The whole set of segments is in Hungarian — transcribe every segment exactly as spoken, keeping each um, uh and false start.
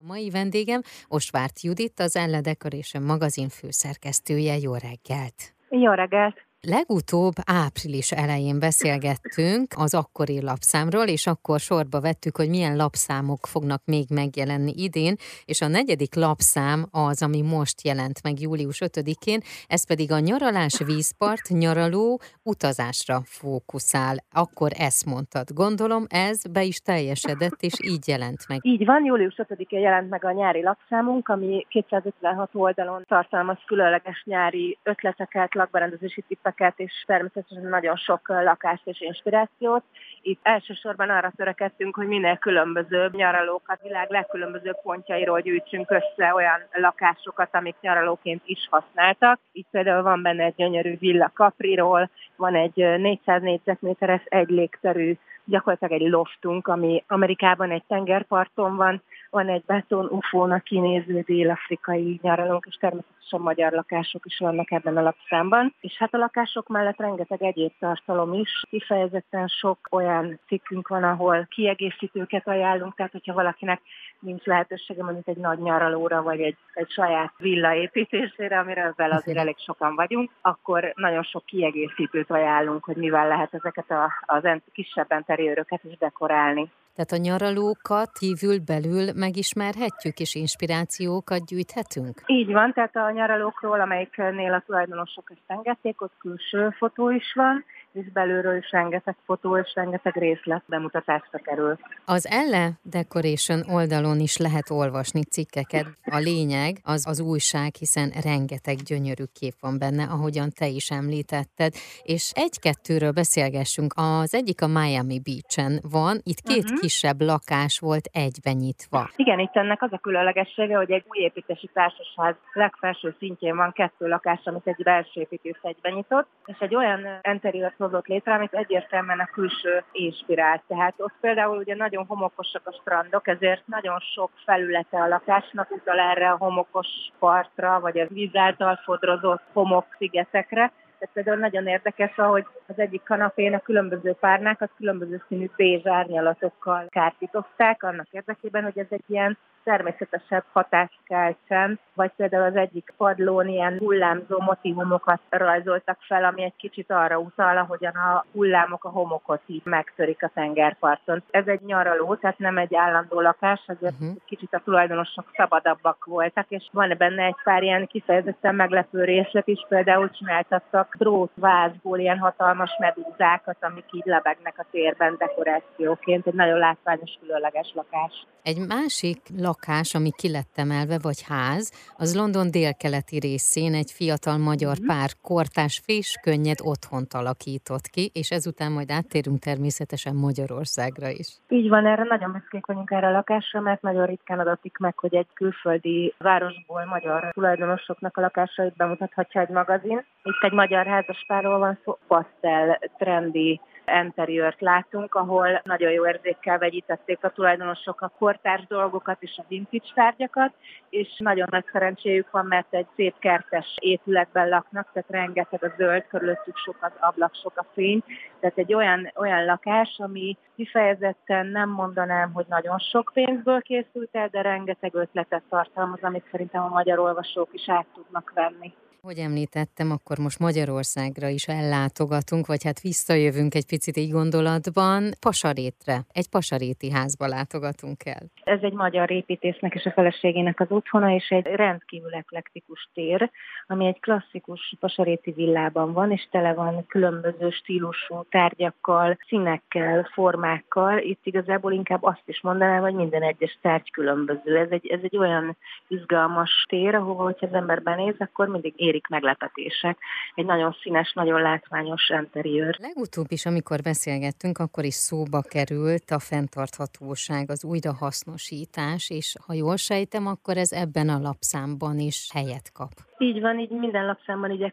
Mai vendégem Osváth Judit, az Elle Decoration magazin főszerkesztője. Jó reggelt! Jó reggelt! Legutóbb április elején beszélgettünk az akkori lapszámról, és akkor sorba vettük, hogy milyen lapszámok fognak még megjelenni idén, és a negyedik lapszám az, ami most jelent meg július ötödikén, ez pedig a nyaralás vízpart, nyaraló, utazásra fókuszál. Akkor ezt mondtad. Gondolom ez be is teljesedett, és így jelent meg. Így van, július ötödikén jelent meg a nyári lapszámunk, ami kétszázötvenhat oldalon tartalmaz különleges nyári ötleteket, lakberendezési tippeket, és természetesen nagyon sok lakást és inspirációt. Itt elsősorban arra törekedtünk, hogy minél különbözőbb nyaralókat, világ legkülönbözőbb pontjairól gyűjtsünk össze olyan lakásokat, amik nyaralóként is használtak. Itt például van benne egy gyönyörű villa Capriról, van egy négyszáz négyzetméteres egy légterű, gyakorlatilag egy loftunk, ami Amerikában egy tengerparton van, van egy beton ufónak kinéző dél-afrikai nyaralónk, és természetesen magyar lakások is vannak ebben a lapszámban. És hát a lakások mellett rengeteg egyéb tartalom is. Kifejezetten sok olyan cikkünk van, ahol kiegészítőket ajánlunk, tehát hogyha valakinek nincs lehetősége mondjuk egy nagy nyaralóra, vagy egy, egy saját villa építésére, amire ezzel azért elég sokan vagyunk, akkor nagyon sok kiegészítőt ajánlunk, hogy mivel lehet ezeket a, az kisebb interiőröket is dekorálni. Tehát a nyaralókat kívül belül megismerhetjük, és inspirációkat gyűjthetünk? Így van, tehát a nyaralókról, amelyiknél a tulajdonosok ezt engedték, ott külső fotó is van, és belülről is rengeteg fotó és rengeteg részlet bemutatásra kerül. Az Elle Decoration oldalon is lehet olvasni cikkeket. A lényeg az az újság, hiszen rengeteg gyönyörű kép van benne, ahogyan te is említetted. És egy-kettőről beszélgessünk. Az egyik a Miami Beach-en van, itt két uh-huh. kisebb lakás volt egyben nyitva. Igen, itt ennek az a különlegessége, hogy egy új építési társasház legfelső szintjén van kettő lakás, amit egy belső építész egyben nyitott, és egy olyan interiőrt hozott létre, amit egyértelműen a külső inspirált. Tehát ott például ugye nagyon homokosak a strandok, ezért nagyon sok felülete a lakásnak utal erre a homokos partra, vagy a víz által fodrozott homokszigetekre. Tehát például nagyon érdekes, ahogy az egyik kanapén a különböző párnákat különböző színű bézs árnyalatokkal kártítozták, annak érdekében, hogy ez egy ilyen természetesebb hatást keltsen, vagy például az egyik padlón ilyen hullámzó motívumokat rajzoltak fel, ami egy kicsit arra utal, ahogyan a hullámok a homokot így megtörik a tengerparton. Ez egy nyaraló, tehát nem egy állandó lakás, azért uh-huh. kicsit a tulajdonosok szabadabbak voltak, és van benne egy pár ilyen kifejezetten meglepő részlet is, például csináltattak drótvázból ilyen hatalmas medúzákat, amik így lebegnek a térben dekorációként. Egy nagyon látványos, különleges lakás. Egy másik lakás, ami ki lett emelve, vagy ház, az London délkeleti részén egy fiatal magyar pár kortárs fés-könnyed otthont alakított ki, és ezután majd áttérünk természetesen Magyarországra is. Így van, erre nagyon büszkék vagyunk erre a lakásra, mert nagyon ritkán adatik meg, hogy egy külföldi városból magyar tulajdonosoknak a lakásait bemutathatja egy magazin. Itt egy magyar házaspárról van szó, pasztel, trendi interiőrt látunk, ahol nagyon jó érzékkel vegyítették a tulajdonosok a kortárs dolgokat és a vintage tárgyakat, és nagyon nagy szerencséjük van, mert egy szép kertes épületben laknak, tehát rengeteg a zöld, körülöttük sok az ablak, sok a fény, tehát egy olyan, olyan lakás, ami kifejezetten nem mondanám, hogy nagyon sok pénzből készült el, de rengeteg ötletet tartalmaz, amit szerintem a magyar olvasók is át tudnak venni. Hogy említettem, akkor most Magyarországra is ellátogatunk, vagy hát visszajövünk egy picit így gondolatban. Pasarétre, egy pasaréti házba látogatunk el. Ez egy magyar építésznek és a feleségének az otthona, és egy rendkívül eklektikus tér, ami egy klasszikus pasaréti villában van, és tele van különböző stílusú tárgyakkal, színekkel, formákkal. Itt igazából inkább azt is mondanám, hogy minden egyes tárgy különböző. Ez egy, ez egy olyan izgalmas tér, ahova, hogyha az ember benéz, akkor mindig érik meglepetések. Egy nagyon színes, nagyon látványos interiőr. Legutóbb is, amikor beszélgettünk, akkor is szóba került a fenntarthatóság, az újrahasznosítás, és ha jól sejtem, akkor ez ebben a lapszámban is helyet kap. Így van, így minden lapszámban igyekszünk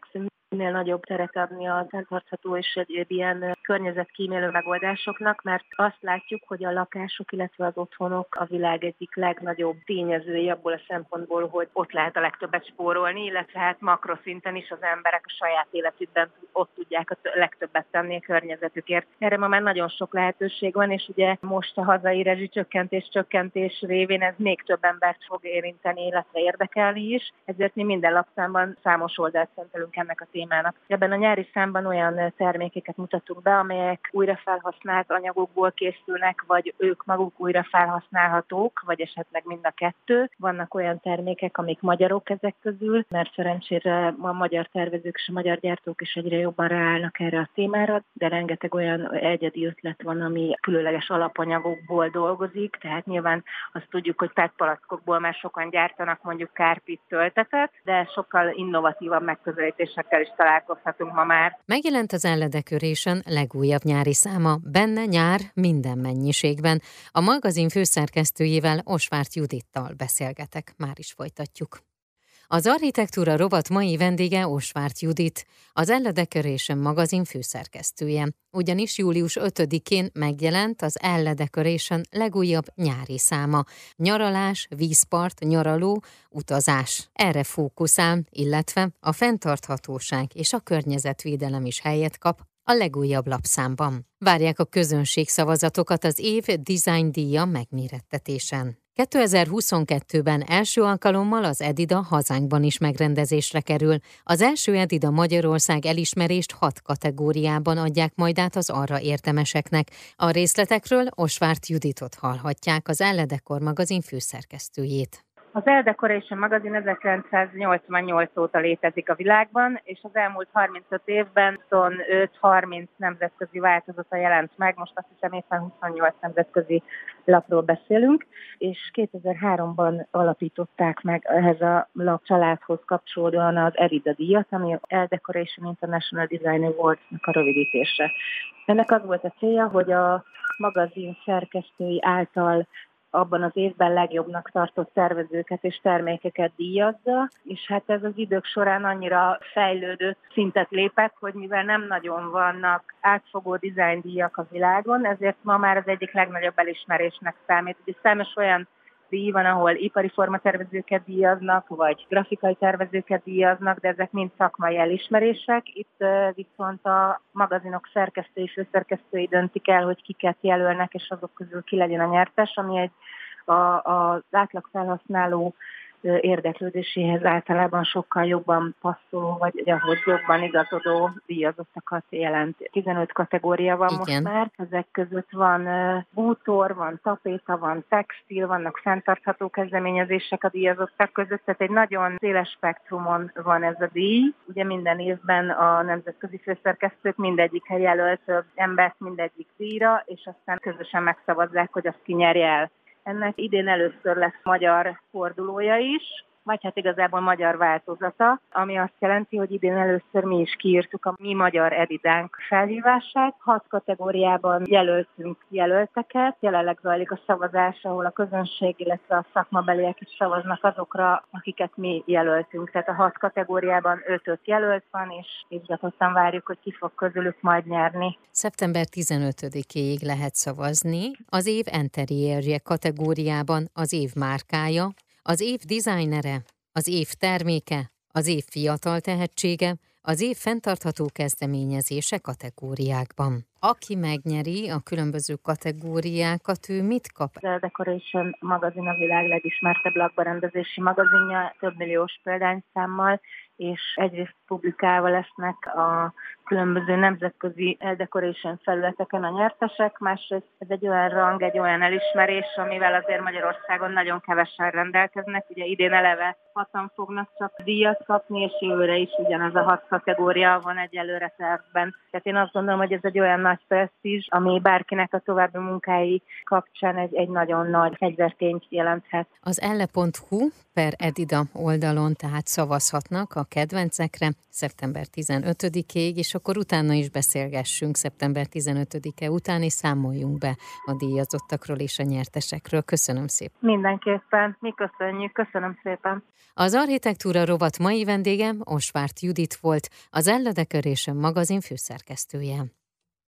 minél nagyobb teret adni a fenntartható és egy ilyen környezetkímélő megoldásoknak, mert azt látjuk, hogy a lakások, illetve az otthonok a világ egyik legnagyobb tényezői abból a szempontból, hogy ott lehet a legtöbbet spórolni, illetve hát makroszinten is az emberek a saját életükben ott tudják a legtöbbet tenni a környezetükért. Erre ma már nagyon sok lehetőség van, és ugye most a hazai rezsicsökkentés csökkentés révén ez még több embert fog érinteni, illetve érdekelni is, ezért mi minden lapszámban számos oldalt szentelünk ennek a témának. Ebben a nyári számban olyan termékeket mutatunk be, amelyek újra felhasznált anyagokból készülnek, vagy ők maguk újra felhasználhatók, vagy esetleg mind a kettő. Vannak olyan termékek, amik magyarok ezek közül, mert szerencsére a magyar tervezők és a magyar gyártók is egyre jobban ráállnak erre a témára, de rengeteg olyan egyedi ötlet van, ami különleges alapanyagokból dolgozik, tehát nyilván azt tudjuk, hogy pé é té palackokból már sokan gyártanak mondjuk kárpit töltetet, de sokkal innovatívabb megközelítésekkel is találkozhatunk ma már. Megjelent az Elledekörésen legújabb nyári száma, benne nyár minden mennyiségben. A magazin főszerkesztőjével, Osváth Judittal beszélgetek, már is folytatjuk. Az Architektúra rovat mai vendége Osváth Judit, az Elledekörésen magazin főszerkesztője, ugyanis július ötödikén megjelent az Elledekörésen legújabb nyári száma. Nyaralás, vízpart, nyaraló, utazás. Erre fókuszál, illetve a fenntarthatóság és a környezetvédelem is helyet kap a legújabb lapszámban. Várják a közönség szavazatokat az év Design díja megmérettetésen. kétezer-huszonkettőben első alkalommal az Edida hazánkban is megrendezésre kerül. Az első Edida Magyarország elismerést hat kategóriában adják majd át az arra érdemeseknek. A részletekről Osváth Juditot hallhatják, az Elledekor magazin főszerkesztőjét. Az Eldecoration magazin ezerkilencszáznyolcvannyolc óta létezik a világban, és az elmúlt harmincöt évben huszonöt-harminc nemzetközi változata jelent meg, most azt hiszem éppen huszonnyolc nemzetközi lapról beszélünk, és kétezer-háromban alapították meg ehhez a lap családhoz kapcsolódóan az Edida díjat, ami az Eldecoration International Design Awards-nak a rövidítése. Ennek az volt a célja, hogy a magazin szerkesztői által abban az évben legjobbnak tartott tervezőket és termékeket díjazza, és hát ez az idők során annyira fejlődött, szintet lépett, hogy mivel nem nagyon vannak átfogó design díjak a világon, ezért ma már az egyik legnagyobb elismerésnek számít. Ugye számos olyan díj van, ahol ipari formatervezőket díjaznak, vagy grafikai tervezőket díjaznak, de ezek mind szakmai elismerések. Itt viszont a magazinok szerkesztői, főszerkesztői döntik el, hogy kiket jelölnek, és azok közül ki legyen a nyertes, ami egy a, az átlag felhasználó érdeklődéséhez általában sokkal jobban passzoló, vagy ahhoz jobban igazodó díjazottakat jelent. tizenöt kategória van. Igen. Most már. Ezek között van bútor, van tapéta, van textil, vannak fenntartható kezdeményezések a díjazottak között, tehát egy nagyon széles spektrumon van ez a díj. Ugye minden évben a nemzetközi főszerkesztők mindegyikhez jelölt több embert mindegyik díjra, és aztán közösen megszavazzák, hogy azt ki nyerje el. Ennek idén először lesz magyar fordulója is, vagy hát igazából magyar változata, ami azt jelenti, hogy idén először mi is kiírtuk a mi magyar Edidánk felhívását. Hat kategóriában jelöltünk jelölteket, jelenleg zajlik a szavazás, ahol a közönség, illetve a szakmabeliek is szavaznak azokra, akiket mi jelöltünk. Tehát a hat kategóriában öt-öt jelölt van, és izgatottan várjuk, hogy ki fog közülük majd nyerni. szeptember tizenötödikéig lehet szavazni. Az év interierje kategóriában az év márkája, az év designere, az év terméke, az év fiatal tehetsége, az év fenntartható kezdeményezése kategóriákban. Aki megnyeri a különböző kategóriákat, ő mit kap? Az Eldecoration magazin a világ legismertebb lakberendezési magazinja, több milliós példányszámmal, és egyrészt publikálva lesznek a különböző nemzetközi Eldecoration felületeken a nyertesek, másrészt ez egy olyan rang, egy olyan elismerés, amivel azért Magyarországon nagyon kevesen rendelkeznek. Ugye idén eleve hatan fognak csak díjat kapni, és jövőre is ugyanaz a hat kategória van egyelőre tervben. Tehát én azt gondolom, hogy ez egy olyan nagy presztízs, ami bárkinek a további munkái kapcsán egy, egy nagyon nagy fegyvertényt jelenthet. Az elle pont hu per Edida oldalon tehát szavazhatnak a kedvencekre szeptember tizenötödikéig, és a akkor utána is beszélgessünk szeptember tizenötödike után, és számoljunk be a díjazottakról és a nyertesekről. Köszönöm szépen. Mindenképpen. Mi köszönjük. Köszönöm szépen. Az Architektúra rovat mai vendégem Osváth Judit volt, az Ella Decoration magazin főszerkesztője.